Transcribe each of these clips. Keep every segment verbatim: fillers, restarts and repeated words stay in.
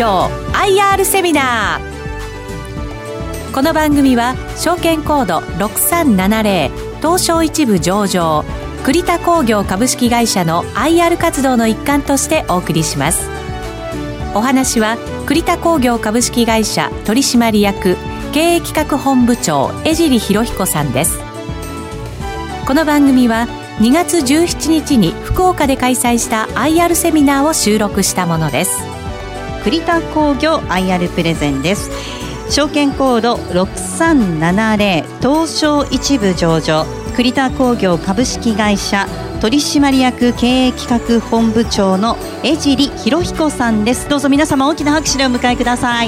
業 アイアール セミナー。この番組は証券コードろくさんななゼロ東証一部上場栗田工業株式会社の アイアール 活動の一環としてお送りします。お話は栗田工業株式会社取締役経営企画本部長江尻博彦さんです。この番組はにがつじゅうしちにちに福岡で開催した アイアール セミナーを収録したものです。 栗田工業 アイアール プレゼンです。証券コードろくさんななゼロ東証一部上場栗田工業株式会社取締役経営企画本部長の江尻博彦さんです。どうぞ皆様大きな拍手でお迎えください。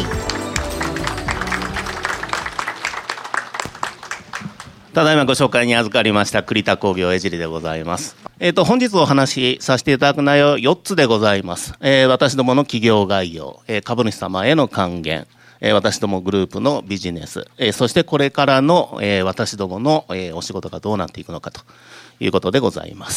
ただいまご紹介に預かりました栗田工業江尻でございます。えっと、本日お話しさせていただく内容よっつでございます。えー、私どもの企業概要、えー、株主様への還元、えー、私どもグループのビジネス、えー、そしてこれからの、えー、私どもの、えー、お仕事がどうなっていくのかということでございます。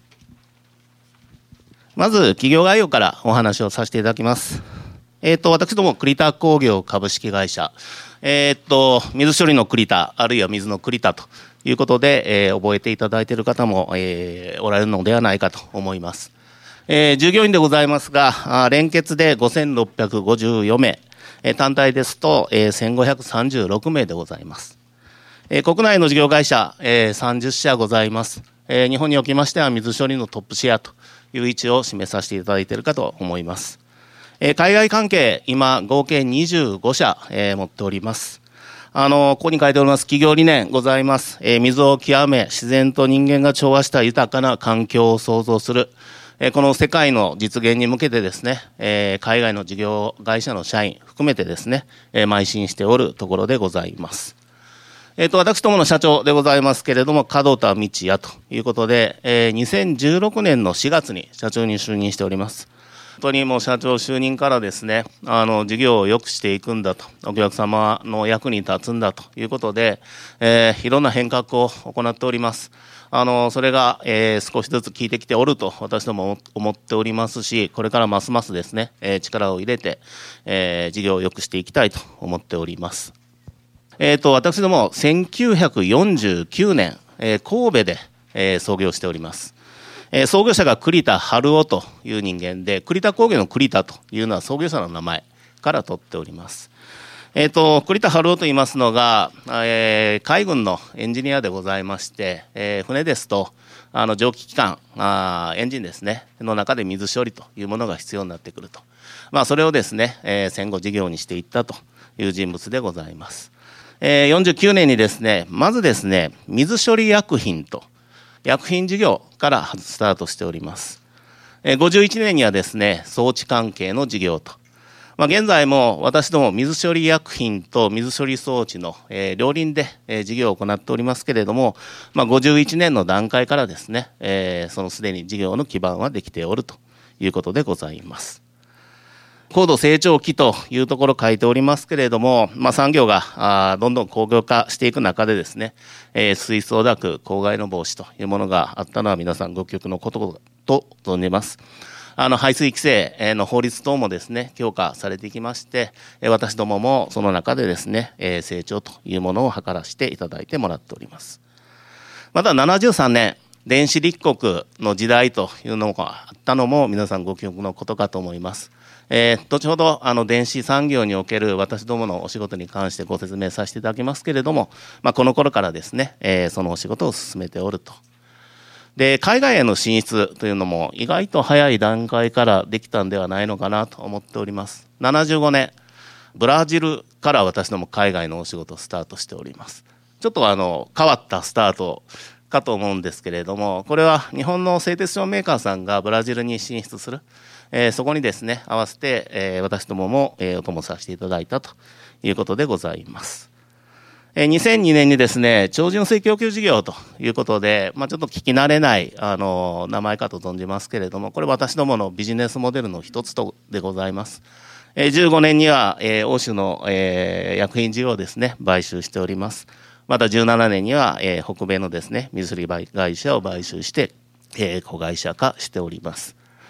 まず企業概要からお話をさせていただきます。えっと、私ども栗田工業株式会社、えー、っと水処理の栗田あるいは水の栗田ということで、えー、覚えていただいている方も、えー、おられるのではないかと思います。えー、従業員でございますが連結でごせんろっぴゃくごじゅうよんめい、えー、単体ですと、えー、せんごひゃくさんじゅうろくめいでございます。えー、国内の事業会社、えー、さんじゅっしゃございます。えー、日本におきましては水処理のトップシェアという位置を示させていただいているかと思います。えー、海外関係今合計にじゅうごしゃ、えー、持っております。あのここに書いております企業理念ございます。えー、水を極め自然と人間が調和した豊かな環境を創造する、えー、この世界の実現に向けてですね、えー、海外の事業会社の社員含めてですね、えー、邁進しておるところでございます。えー、と私どもの社長でございますけれども門田道也ということで、えー、にせんじゅうろくねんのしがつに社長に就任しております。本当にもう社長就任からですね、あの事業を良くしていくんだと、お客様の役に立つんだということで、えー、いろんな変革を行っております。あのそれが、えー、少しずつ効いてきておると私ども思っておりますし、これからますますですね、えー、力を入れて、えー、事業を良くしていきたいと思っております。えー、と私どもせんきゅうひゃくよんじゅうきゅうねん、えー、神戸で、えー、創業しております。えー、創業者が栗田春夫という人間で、栗田工業の栗田というのは創業者の名前から取っております。えー、と栗田春夫といいますのが、えー、海軍のエンジニアでございまして、えー、船ですとあの蒸気機関あエンジンですねの中で水処理というものが必要になってくると、まあ、それをですね、えー、戦後事業にしていったという人物でございます。えー、よんじゅうきゅうねんにですねまずですね水処理薬品と薬品事業からスタートしております。ごじゅういちねんにはですね装置関係の事業と、まあ、現在も私ども水処理薬品と水処理装置の、えー、両輪で、えー、事業を行っておりますけれども、まあ、ごじゅういちねんの段階からですね、えー、そのすでに事業の基盤はできておるということでございます。高度成長期というところ書いておりますけれども、まあ、産業があどんどん工業化していく中でですね、えー、水素濁公害の防止というものがあったのは皆さんご記憶のことと存じます。あの排水規制の法律等もですね強化されていきまして、私どももその中でですね成長というものを図らせていただいてもらっております。またななじゅうさんねん電子立国の時代というのがあったのも皆さんご記憶のことかと思います。えー、後ほどあの電子産業における私どものお仕事に関してご説明させていただきますけれども、まあ、この頃からですね、えー、そのお仕事を進めておると。で海外への進出というのも意外と早い段階からできたんではないのかなと思っております。ななじゅうごねんブラジルから私ども海外のお仕事をスタートしております。ちょっとあの変わったスタートかと思うんですけれども、これは日本の製鉄所メーカーさんがブラジルに進出する、えー、そこにですね合わせて、えー、私どもも、えー、お供させていただいたということでございます。えー、にせんにねんにですね超純水供給事業ということで、まあ、ちょっと聞き慣れないあの名前かと存じますけれども、これ私どものビジネスモデルの一つとでございます。えー、じゅうごねんには、えー、欧州の、えー、薬品事業をですね買収しております。またじゅうななねんには、えー、北米のですね水処理会社を買収して、えー、子会社化しております。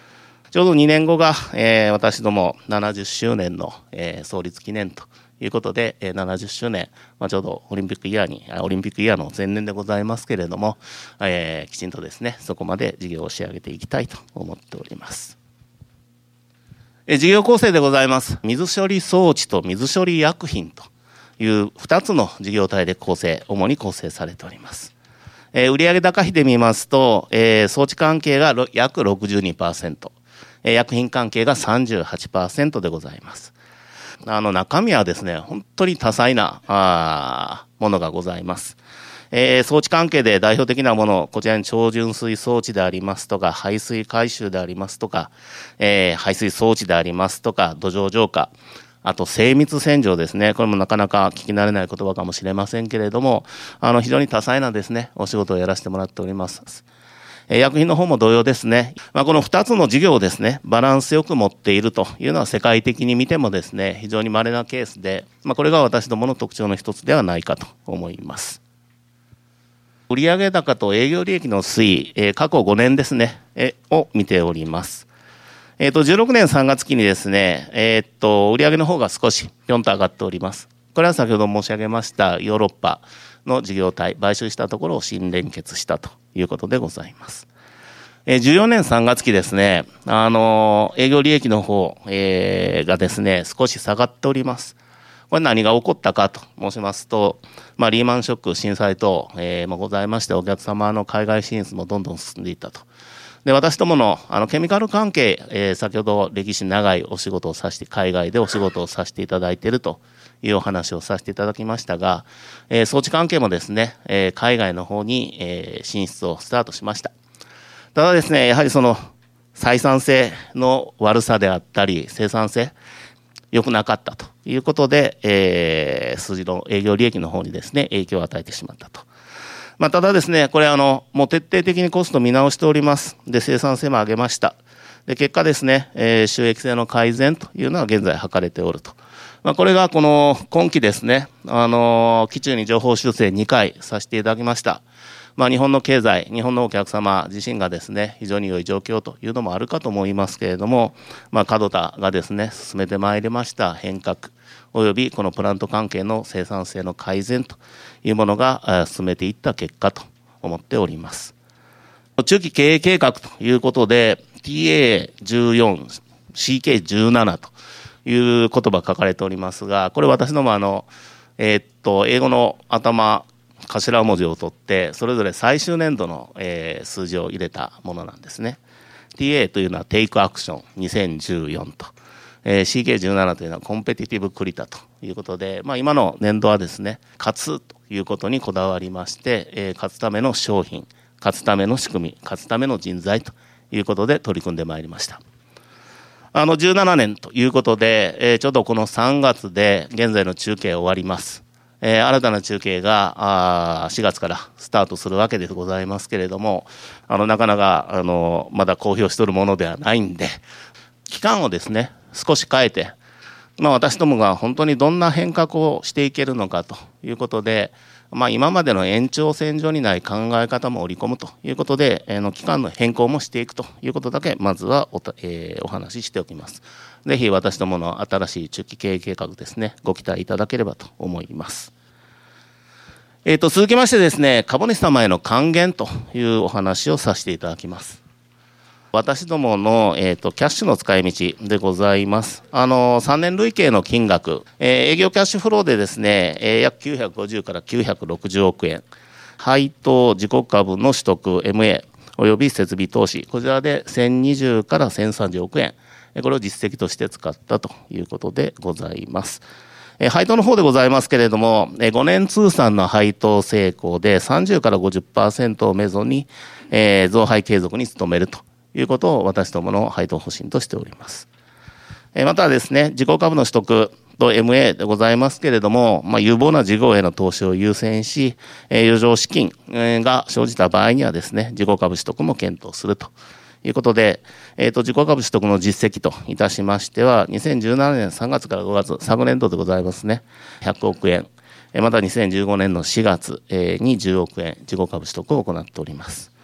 ちょうどにねんごが、えー、私どもななじゅっしゅうねんの、えー、創立記念ということで、えー、ななじゅっしゅうねん、まあ、ちょうどオリンピックイヤーにオリンピックイヤーの前年でございますけれども、えー、きちんとですねそこまで事業を仕上げていきたいと思っております。えー、事業構成でございます。水処理装置と水処理薬品というふたつの事業体で構成主に構成されております。えー、売上高比で見ますと、えー、装置関係が約 ろくじゅうにパーセント、えー、薬品関係が さんじゅうはちパーセント でございます。あの中身はですね本当に多彩なあものがございます。えー、装置関係で代表的なもの、こちらに超純水装置でありますとか排水回収でありますとか、えー、排水装置でありますとか土壌浄化、あと精密洗浄ですね。これもなかなか聞き慣れない言葉かもしれませんけれども、あの非常に多彩なですねお仕事をやらせてもらっております。えー、薬品の方も同様ですね。まあ、このふたつの事業をですねバランスよく持っているというのは世界的に見てもですね非常に稀なケースで、まあ、これが私どもの特徴の一つではないかと思います。売上高と営業利益の推移、えー、過去ごねんですね、えー、を見ております。えっと、じゅうろくねんさんがつ期にですね、えっと、売上の方が少しぴょんと上がっております。これは先ほど申し上げましたヨーロッパの事業体、買収したところを新連結したということでございます。えー、じゅうよねんさんがつ期ですね、あのー、営業利益の方、えー、がですね、少し下がっております。これ何が起こったかと申しますと、まあ、リーマンショック、震災等、えー、もございまして、お客様の海外進出もどんどん進んでいったと。で、私どもの、あの、ケミカル関係、えー、先ほど歴史長いお仕事をさせて、海外でお仕事をさせていただいているというお話をさせていただきましたが、えー、装置関係もですね、えー、海外の方に、えー、進出をスタートしました。ただですね、やはりその、採算性の悪さであったり、生産性、良くなかったということで、えー、数字の営業利益の方にですね、影響を与えてしまったと。まあ、ただですね、これあの、もう徹底的にコスト見直しております。で、生産性も上げました。で、結果ですね、えー、収益性の改善というのは現在図れておると。まあ、これがこの今期ですね、あの、期中に情報修正にかいさせていただきました。まあ、日本の経済、日本のお客様自身がですね、非常に良い状況というのもあるかと思いますけれども、まあ、門田がですね、進めてまいりました変革、およびこのプラント関係の生産性の改善というものが進めていった結果と思っております。中期経営計画ということで、ティーエーじゅうよん、シーケーじゅうなな という言葉書かれておりますが、これ私どもあの、えー、っと、英語の頭、頭文字を取って、それぞれ最終年度の、えー、数字を入れたものなんですね。ティーエー というのはテイクアクションにせんじゅうよんと。えー、シーケーじゅうなな というのはコンペティティブクリタということで、まあ、今の年度はですね、勝つということにこだわりまして、えー、勝つための商品、勝つための仕組み、勝つための人材ということで取り組んでまいりました。あのじゅうななねんということで、えー、ちょうどこのさんがつで現在の中継終わります。えー、新たな中継があしがつからスタートするわけでございますけれども、あのなかなかあのまだ公表しとるものではないんで、期間をですね、少し変えて、まあ、私どもが本当にどんな変革をしていけるのかということで、まあ、今までの延長線上にない考え方も織り込むということで、えー、の期間の変更もしていくということだけまずは お,、えー、お話ししておきます。ぜひ私どもの新しい中期経営計画ですね、ご期待いただければと思います。えー、と続きましてですね、株主様への還元というお話をさせていただきます。私どもの、えー、とキャッシュの使い道でございます。あのさんねん累計の金額、えー、営業キャッシュフローでですね、えー、約きゅうひゃくごじゅうからきゅうひゃくろくじゅうおくえん、配当自己株の取得 エムエー および設備投資、こちらでせんにじゅうからせんさんじゅうおくえん、これを実績として使ったということでございます。えー、配当の方でございますけれども、えー、ごねん通算の配当成功でさんじゅうからごじゅっパーセントをめどに、えー、増配継続に努めるということを私どもの配当方針としております。またですね、自己株の取得と エムエー でございますけれども、まあ、有望な事業への投資を優先し、余剰資金が生じた場合にはですね、自己株取得も検討するということで、えっと、自己株取得の実績といたしましては、にせんじゅうななねんさんがつからごがつ、昨年度でございますね、ひゃくおくえん、またにせんじゅうごねんのしがつにじゅうおくえん、自己株取得を行っております。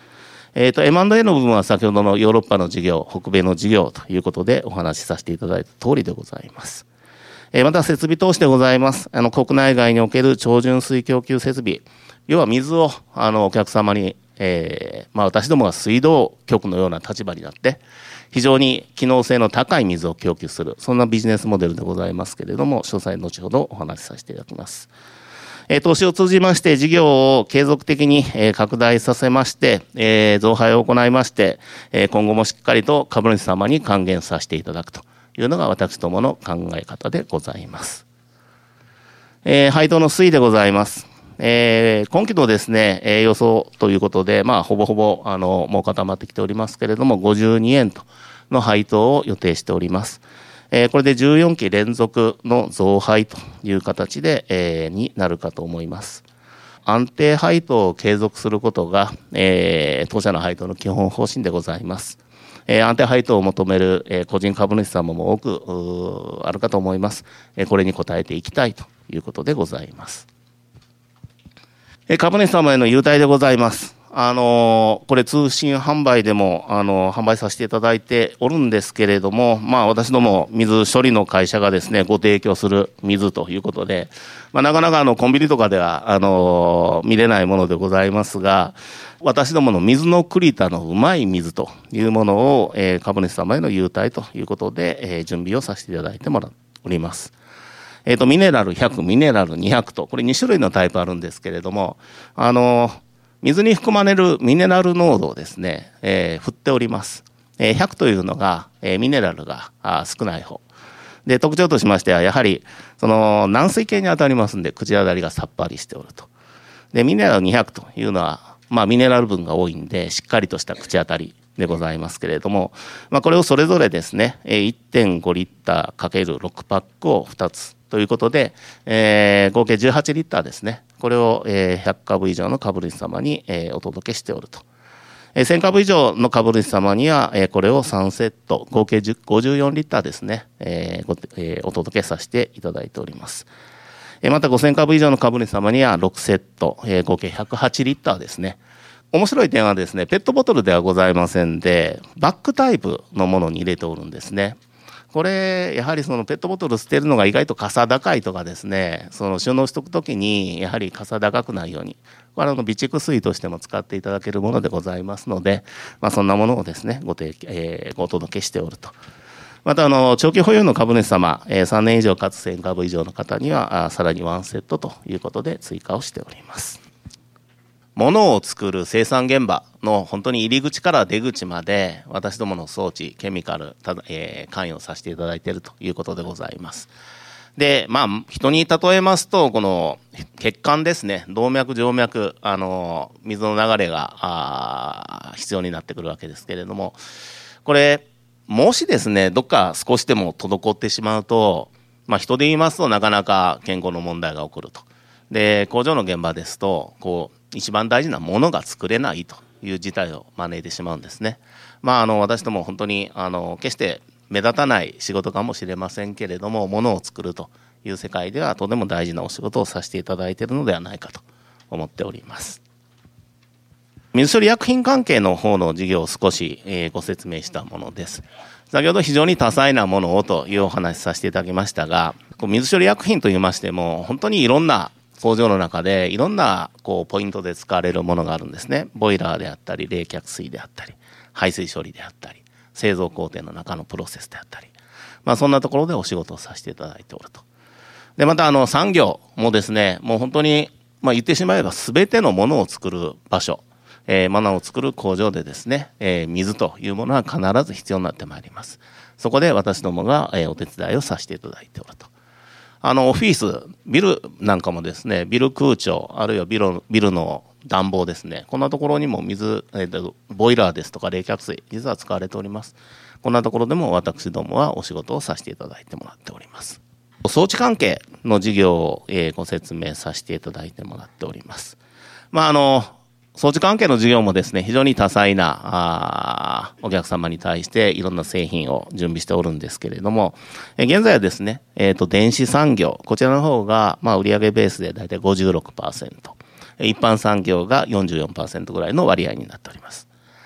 えっと、エムアンドエー の部分は先ほどのヨーロッパの事業、北米の事業ということでお話しさせていただいた通りでございます。えー、また設備投資でございます。あの、国内外における超純水供給設備、要は水を、あの、お客様に、えー、まあ私どもが水道局のような立場になって、非常に機能性の高い水を供給する、そんなビジネスモデルでございますけれども、詳細後ほどお話しさせていただきます。えー、投資を通じまして事業を継続的に、えー、拡大させまして、えー、増配を行いまして、えー、今後もしっかりと株主様に還元させていただくというのが私どもの考え方でございます。えー、配当の推移でございます。えー、今期のですね、えー、予想ということで、まあ、ほぼほぼ、あの、もう固まってきておりますけれども、ごじゅうにえんとの配当を予定しております。えー、これでじゅうよんき連続の増配という形で、えー、になるかと思います。安定配当を継続することが、えー、当社の配当の基本方針でございます。えー、安定配当を求める、えー、個人株主様も多くあるかと思います。えー、これに応えていきたいということでございます。えー、株主様への優待でございます。あのー、これ通信販売でも、あのー、販売させていただいておるんですけれども、まあ私ども水処理の会社がですね、ご提供する水ということで、まあなかなかあのコンビニとかでは、あのー、見れないものでございますが、私どもの水の栗田のうまい水というものを、えー、株主様への優待ということで、えー、準備をさせていただいてもらっております。えっと、ミネラルひゃく、ミネラルにひゃくと、これに種類のタイプあるんですけれども、あのー、水に含まれるミネラル濃度をですね、えー、振っております。えー、ひゃくというのが、えー、ミネラルがあ少ない方。で、特徴としましては、やはり、その、軟水系に当たりますんで、口当たりがさっぱりしておると。で、ミネラルにひゃくというのは、まあ、ミネラル分が多いんで、しっかりとした口当たりでございますけれども、まあ、これをそれぞれですね、いってんごリッター ×ろく パックをふたつということで、えー、合計じゅうはちリッターですね。これを、えー、ひゃくかぶ以上の株主様に、えー、お届けしておると。えー、せんかぶ以上の株主様には、えー、これをさんセット、合計ごじゅうよんリッターですね、えーごえー、お届けさせていただいております。えー、またごせんかぶ以上の株主様にはろくセット、えー、合計ひゃくはちリッターですね。面白い点はですね、ペットボトルではございませんで、バッグタイプのものに入れておるんですね。これ、やはりそのペットボトル捨てるのが意外とかさ高いとかですね、その収納しておくときに、やはりかさ高くないように、これはあの備蓄水としても使っていただけるものでございますので、まあそんなものをですね、ご提供、えー、ご届けしておると。また、あの、長期保有の株主様、えー、さんねん以上かつせんかぶ以上の方には、あさらにワンセットということで追加をしております。物を作る生産現場の本当に入り口から出口まで私どもの装置、ケミカル、ただ、えー、関与させていただいているということでございます。で、まあ、人に例えますと、この血管ですね、動脈、静脈、あの、水の流れがあ必要になってくるわけですけれども、これ、もしですね、どっか少しでも滞ってしまうと、まあ、人で言いますとなかなか健康の問題が起こると。で、工場の現場ですと、こう、一番大事なものが作れないという事態を招いてしまうんですね。まあ、あの、私ども本当に、あの、決して目立たない仕事かもしれませんけれども、ものを作るという世界ではとても大事なお仕事をさせていただいているのではないかと思っております。水処理薬品関係の方の事業を少し、えー、ご説明したものです。先ほど非常に多彩なものをというお話しさせていただきましたが、こう水処理薬品といいましても、本当にいろんな工場の中でいろんなこうポイントで使われるものがあるんですね。ボイラーであったり、冷却水であったり、排水処理であったり、製造工程の中のプロセスであったり、まあそんなところでお仕事をさせていただいておると。で、またあの産業もですね、もう本当に、まあ言ってしまえば全てのものを作る場所、えー、マナーを作る工場でですね、えー、水というものは必ず必要になってまいります。そこで私どもが、えー、お手伝いをさせていただいておると。あの、オフィス、ビルなんかもですね、ビル空調、あるいはビル、ビルの暖房ですね、こんなところにも水、えー、ボイラーですとか冷却水、実は使われております。こんなところでも私どもはお仕事をさせていただいてもらっております。装置関係の事業を、えー、ご説明させていただいてもらっております。まあ、あの、装置関係の事業もですね、非常に多彩なあお客様に対していろんな製品を準備しておるんですけれども、え現在はですね、えっと、電子産業、こちらの方が、まあ、売上ベースでだいたい ごじゅうろくパーセント、一般産業が よんじゅうよんパーセント ぐらいの割合になっております。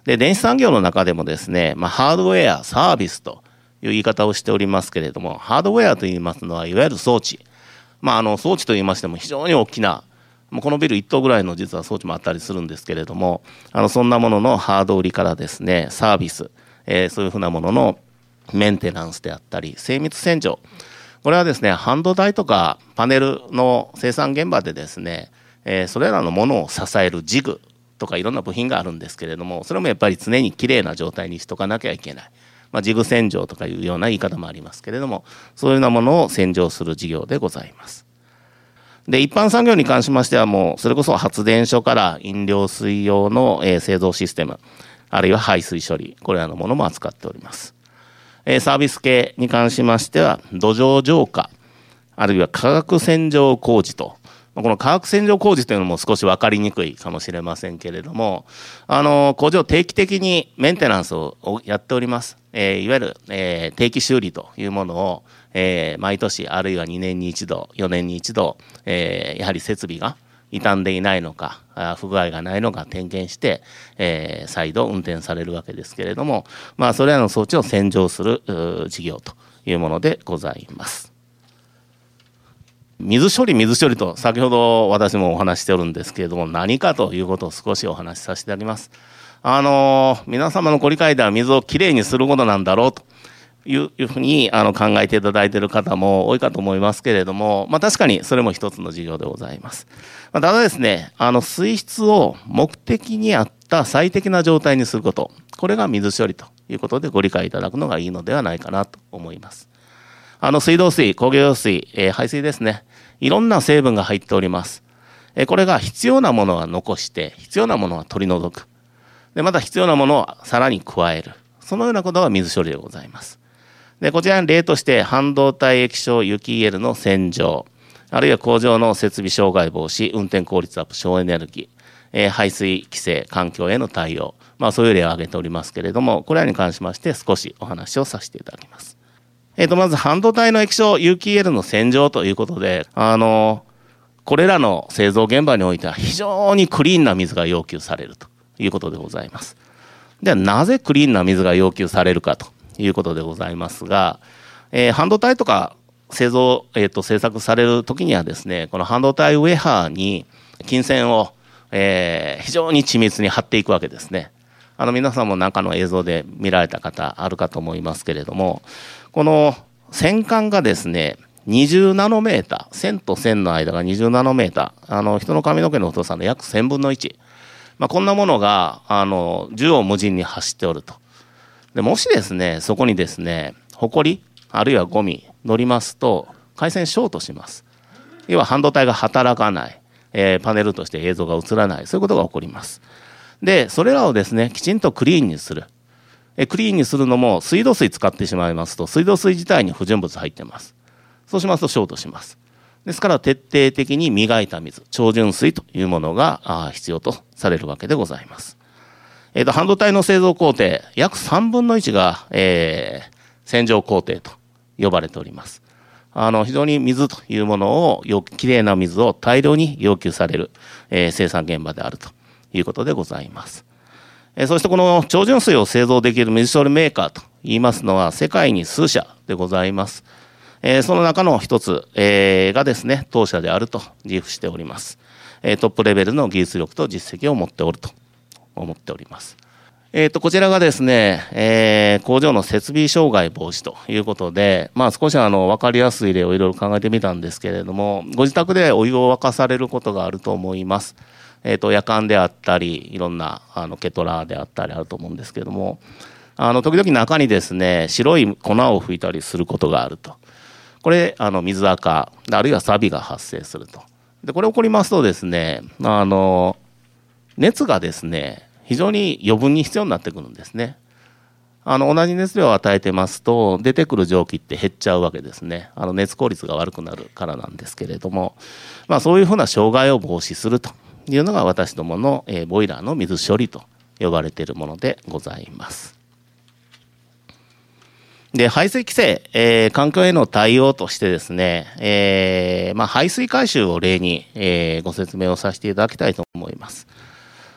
で、電子産業の中でもですね、まあ、ハードウェア、サービスという言い方をしておりますけれども、ハードウェアといいますのは、いわゆる装置。まあ、あの装置といいましても非常に大きな、このビルいっ棟ぐらいの実は装置もあったりするんですけれども、あのそんなもののハード売りからですね、サービス、えー、そういうふうなもののメンテナンスであったり、精密洗浄。これはですね、半導体とかパネルの生産現場でですね、えー、それらのものを支えるジグとかいろんな部品があるんですけれども、それもやっぱり常にきれいな状態にしとかなきゃいけない。まあ、ジグ洗浄とかいうような言い方もありますけれども、そういうようなものを洗浄する事業でございます。で、一般産業に関しましてはもう、それこそ発電所から飲料水用の、えー、製造システム、あるいは排水処理、これらのものも扱っております。えー、サービス系に関しましては、土壌浄化、あるいは化学洗浄工事と、この化学洗浄工事というのも少し分かりにくいかもしれませんけれども、あの、工場定期的にメンテナンスをやっております。えー、いわゆる、えー、定期修理というものを、えー、毎年あるいはにねんに一度、よねんに一度、えー、やはり設備が傷んでいないのか、不具合がないのか点検して、えー、再度運転されるわけですけれども、まあ、それらの装置を洗浄する事業というものでございます。水処理、水処理と先ほど私もお話しておるんですけれども、何かということを少しお話しさせていただきます。あの、皆様のご理解では水をきれいにすることなんだろうというふうにあの考えていただいている方も多いかと思いますけれども、まあ確かにそれも一つの事業でございます。まあ、ただですね、あの水質を目的に合った最適な状態にすること、これが水処理ということでご理解いただくのがいいのではないかなと思います。あの水道水、工業用水、えー、排水ですね。いろんな成分が入っております。えー、これが必要なものは残して、必要なものは取り除く。で、また必要なものをさらに加える。そのようなことが水処理でございます。で、こちらに例として半導体液晶有機 イーエル の洗浄、あるいは工場の設備障害防止、運転効率アップ、省エネルギー、えー、排水規制、環境への対応。まあそういう例を挙げておりますけれども、これらに関しまして少しお話をさせていただきます。えっと、まず半導体の液晶有機 イーエル の洗浄ということで、あの、これらの製造現場においては非常にクリーンな水が要求されるということでございます。では、なぜクリーンな水が要求されるかということでございますが、えー、半導体とか製造、えっと、製作されるときにはですね、この半導体ウェハーに金線を、えー、非常に緻密に貼っていくわけですね。あの、皆さんも中の映像で見られた方あるかと思いますけれども、この線管がですね、にじゅうナノメーター、線と線の間がにじゅうナノメーター、あの、人の髪の毛の太さの約せんぶんのいち。まあ、こんなものが、あの、縦横無尽に走っておると。で、もしですね、そこにですね、ホコリ、あるいはゴミ乗りますと、回線ショートします。要は半導体が働かない、えー、パネルとして映像が映らない、そういうことが起こります。で、それらをですね、きちんとクリーンにする。えクリーンにするのも水道水使ってしまいますと、水道水自体に不純物入ってます。そうしますとショートします。ですから徹底的に磨いた水、超純水というものが必要とされるわけでございます。えっと、半導体の製造工程、約さんぶんのいちが、えー、洗浄工程と呼ばれております。あの、非常に水というものを、きれいな水を大量に要求される、えー、生産現場であるということでございます。そしてこの超純水を製造できる水処理メーカーと言いますのは世界に数社でございます。その中の一つがですね、当社であると自負しております。トップレベルの技術力と実績を持っておると思っております。えっと、こちらがですね、えー、工場の設備障害防止ということで、まあ少しあの、わかりやすい例をいろいろ考えてみたんですけれども、ご自宅でお湯を沸かされることがあると思います。えっと、夜間であったり、いろんな、あの、ケトラであったりあると思うんですけれども、あの、時々中にですね、白い粉を吹いたりすることがあると。これ、あの、水垢、あるいは錆が発生すると。で、これ起こりますとですね、あの、熱がですね、非常に余分に必要になってくるんですね。あの、同じ熱量を与えてますと、出てくる蒸気って減っちゃうわけですね。あの、熱効率が悪くなるからなんですけれども、まあ、そういうふうな障害を防止するというのが私どもの、えー、ボイラーの水処理と呼ばれているものでございます。で、排水規制、えー、環境への対応としてですね、えー、まあ、排水回収を例に、えー、ご説明をさせていただきたいと思います。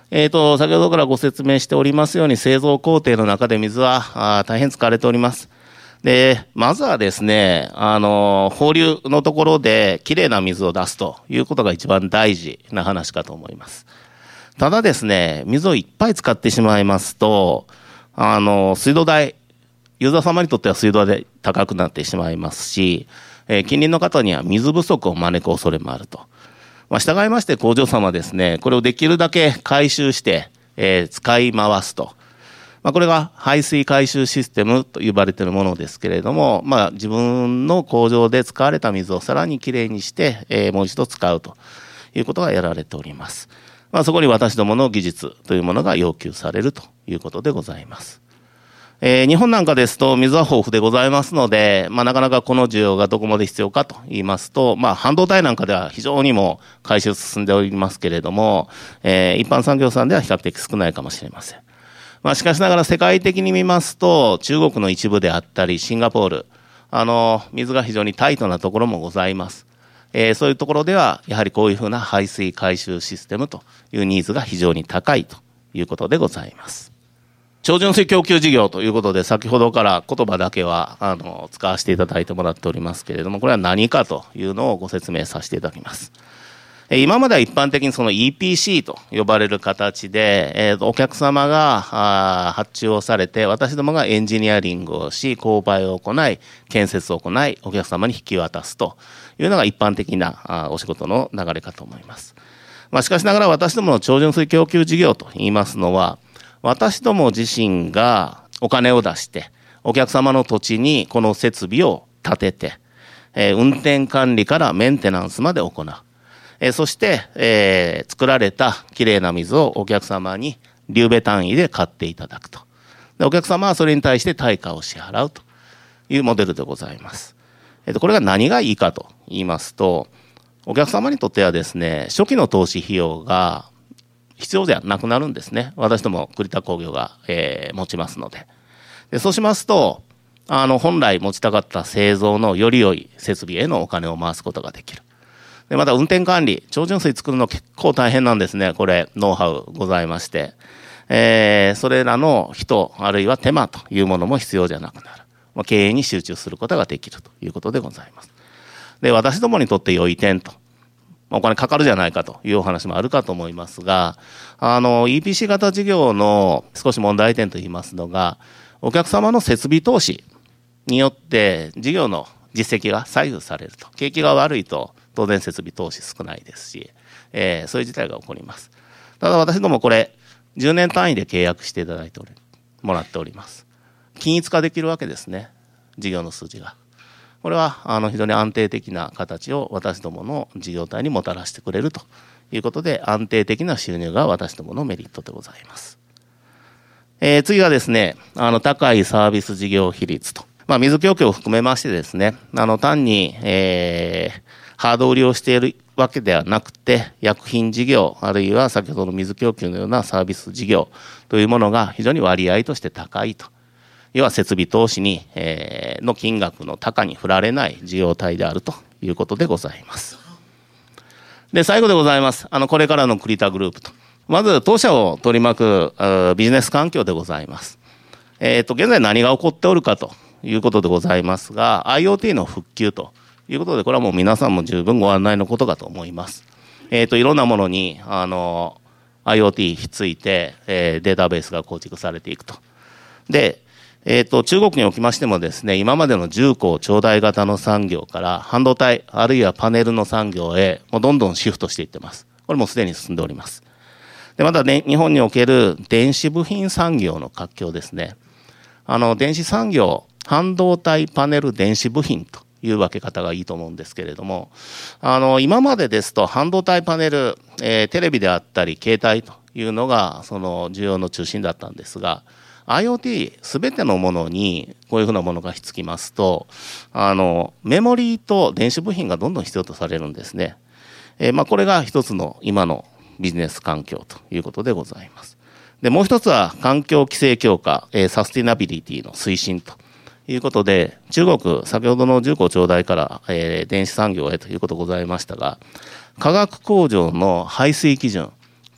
えーと、先ほどからご説明しておりますように、製造工程の中で水は大変使われております。で、まずはですね、あの、放流のところできれいな水を出すということが一番大事な話かと思います。ただですね、水をいっぱい使ってしまいますと、あの、水道代、ユーザー様にとっては水道代高くなってしまいますし、えー、近隣の方には水不足を招く恐れもあると。まあ、従いまして工場様はですね、これをできるだけ回収して、えー、使い回すと。まあ、これが排水回収システムと呼ばれているものですけれども、まあ、自分の工場で使われた水をさらにきれいにして、えー、もう一度使うということがやられております。まあ、そこに私どもの技術というものが要求されるということでございます。えー、日本なんかですと水は豊富でございますので、まあ、なかなかこの需要がどこまで必要かと言いますと、まあ、半導体なんかでは非常にも回収進んでおりますけれども、えー、一般産業さんでは比較的少ないかもしれません。まあ、しかしながら世界的に見ますと、中国の一部であったり、シンガポール、あの、水が非常にタイトなところもございます。えー、そういうところでは、やはりこういうふうな排水回収システムというニーズが非常に高いということでございます。超純水供給事業ということで、先ほどから言葉だけは、あの、使わせていただいてもらっておりますけれども、これは何かというのをご説明させていただきます。今までは一般的にその イーピーシー と呼ばれる形で、えー、お客様が発注をされて、私どもがエンジニアリングをし、購買を行い、建設を行い、お客様に引き渡すというのが一般的なお仕事の流れかと思います。まあ、しかしながら私どもの超純水供給事業といいますのは、私ども自身がお金を出して、お客様の土地にこの設備を建てて、えー、運転管理からメンテナンスまで行う。えー、そして、えー、作られたきれいな水をお客様にリュウベ単位で買っていただくと。で、お客様はそれに対して対価を支払うというモデルでございます。えーと、これが何がいいかと言いますと、お客様にとってはですね、初期の投資費用が必要ではなくなるんですね。私ども栗田工業が、えー、持ちますので。で、そうしますと、あの、本来持ちたかった製造のより良い設備へのお金を回すことができる。で、また運転管理、超純水作るの結構大変なんですね。これ、ノウハウございまして。えー、それらの人、あるいは手間というものも必要じゃなくなる。まあ、経営に集中することができるということでございます。で、私どもにとって良い点と。お金かかるじゃないかというお話もあるかと思いますが、あの、イーピーシー 型事業の少し問題点といいますのが、お客様の設備投資によって事業の実績が左右されると。景気が悪いと当然設備投資少ないですし、えー、そういう事態が起こります。ただ私どもこれ、じゅうねん単位で契約していただいており、もらっております。均一化できるわけですね。事業の数字が。これはあの非常に安定的な形を私どもの事業体にもたらしてくれるということで、安定的な収入が私どものメリットでございます。えー、次はですね、あの高いサービス事業比率と、まあ、水供給を含めましてですね、あの単に、えー、ハード売りをしているわけではなくて、薬品事業あるいは先ほどの水供給のようなサービス事業というものが非常に割合として高いと。要は設備投資に、えー、の金額の高に振られない事業体であるということでございます。で、最後でございます。あの、これからの栗田グループと。まず、当社を取り巻くビジネス環境でございます。えっと、現在何が起こっておるかということでございますが、IoT の復旧ということで、これはもう皆さんも十分ご案内のことかと思います。えっと、いろんなものに、あの、IoT ひっついて、えー、データベースが構築されていくと。で、えっと、中国におきましてもですね、今までの重工長大型の産業から半導体、あるいはパネルの産業へ、もうどんどんシフトしていってます。これもすでに進んでおります。で、またね、日本における電子部品産業の活況ですね。あの、電子産業、半導体、パネル、電子部品という分け方がいいと思うんですけれども、あの、今までですと半導体パネル、えー、テレビであったり、携帯というのが、その需要の中心だったんですが、IoT すべてのものにこういうふうなものがひっつきますと、あの、メモリーと電子部品がどんどん必要とされるんですね。えー、まあこれが一つの今のビジネス環境ということでございます。で、もう一つは環境規制強化、えー、サスティナビリティの推進ということで、中国、先ほどの重工長大から、えー、電子産業へということございましたが、化学工場の排水基準、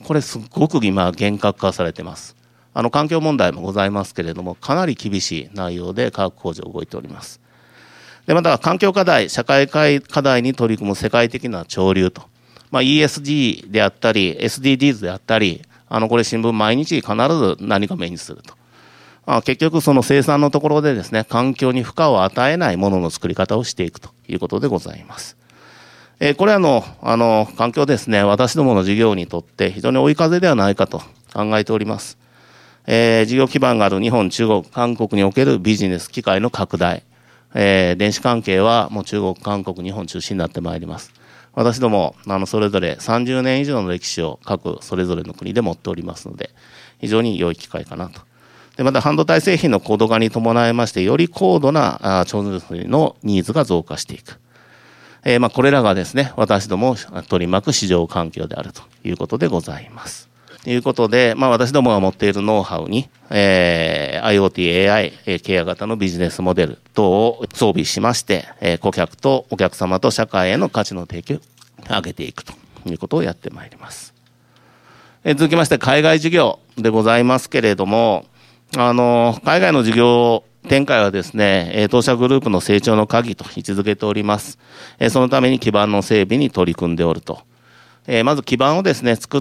これすごく今厳格化されています。あの環境問題もございますけれども、かなり厳しい内容で科学工場動いております。でまた環境課題、社会課題に取り組む世界的な潮流と、まあ、イーエスジー であったり エスディージーズ であったり、あのこれ新聞毎日必ず何か目にすると、まあ、結局その生産のところでですね、環境に負荷を与えないものの作り方をしていくということでございます。えー、これはのあの環境ですね、私どもの事業にとって非常に追い風ではないかと考えております。えー、事業基盤がある日本、中国、韓国におけるビジネス機会の拡大、えー、電子関係はもう中国、韓国、日本中心になってまいります。私どもあのそれぞれさんじゅうねん以上の歴史を各それぞれの国で持っておりますので、非常に良い機会かなと。でまた半導体製品の高度化に伴いまして、より高度な超純水のニーズが増加していく。えー、まあこれらがですね、私ども取り巻く市場環境であるということでございます。ということで、まあ、私どもが持っているノウハウに、えー、IoT、エーアイ、えー、ケア型のビジネスモデル等を装備しまして、えー、顧客とお客様と社会への価値の提供を上げていくということをやってまいります。えー、続きまして海外事業でございますけれども、あの海外の事業展開はですね、当社グループの成長の鍵と位置づけております。そのために基盤の整備に取り組んでおると。まず基盤をですね、作って、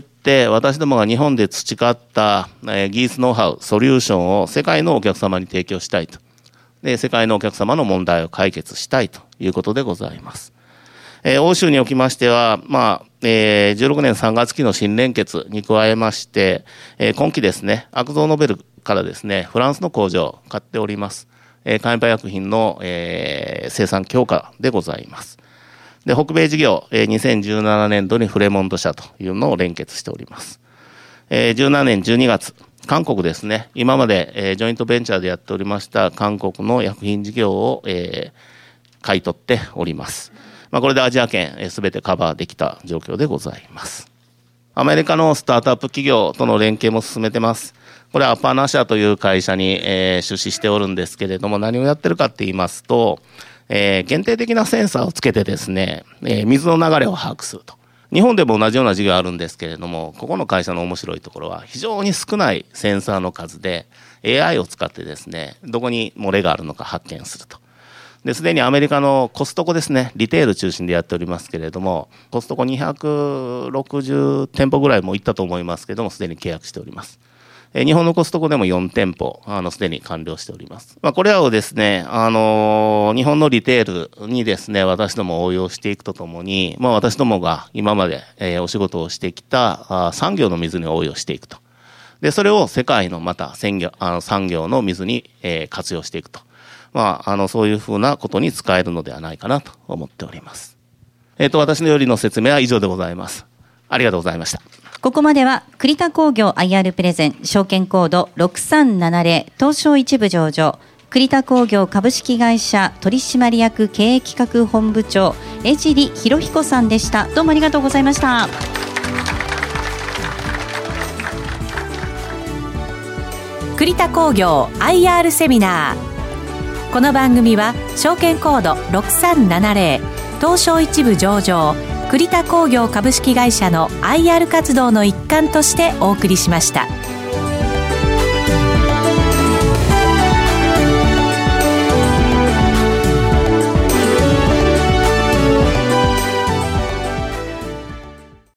私どもが日本で培った技術ノウハウ、ソリューションを世界のお客様に提供したいと。で、世界のお客様の問題を解決したいということでございます。欧州におきましては、まあ、じゅうろくねんさんがつ期の新連結に加えまして、今期ですね、アクゾーノベルからですね、フランスの工場を買っております。カンパ薬品の生産強化でございます。で、北米事業、にせんじゅうななねんどにフレモント社というのを連結しております。じゅうななねんじゅうにがつ、韓国ですね、今までジョイントベンチャーでやっておりました韓国の薬品事業を買い取っております。まあ、これでアジア圏すべてカバーできた状況でございます。アメリカのスタートアップ企業との連携も進めてます。これはアパナ社という会社に出資しておるんですけれども、何をやってるかって言いますと、えー、限定的なセンサーをつけてですね、えー、水の流れを把握すると。日本でも同じような事業あるんですけれども、ここの会社の面白いところは非常に少ないセンサーの数で エーアイ を使ってですね、どこに漏れがあるのか発見すると。で、すでにアメリカのコストコですね、リテール中心でやっておりますけれども、コストコにひゃくろくじゅうてんぽぐらいも行ったと思いますけれども、すでに契約しております。日本のコストコでもよんてんぽ、あの、すでに完了しております。まあ、これらをですね、あのー、日本のリテールにですね、私ども応用していくとともに、まあ、私どもが今まで、えー、お仕事をしてきた、あ産業の水に応用していくと。で、それを世界のまた産業、あの産業の水に、えー、活用していくと。まあ、あの、そういうふうなことに使えるのではないかなと思っております。えっと、私のよりの説明は以上でございます。ありがとうございました。 ここまでは栗田工業 アイアール プレゼン証券コードろくさんななゼロ東証一部上場栗田工業株式会社取締役経営企画本部長江尻博彦さんでした。どうもありがとうございました。 栗田工業 アイアール セミナー。この番組は証券コードろくさんななゼロ東証一部上場栗田工業株式会社の アイアール 活動の一環としてお送りしました。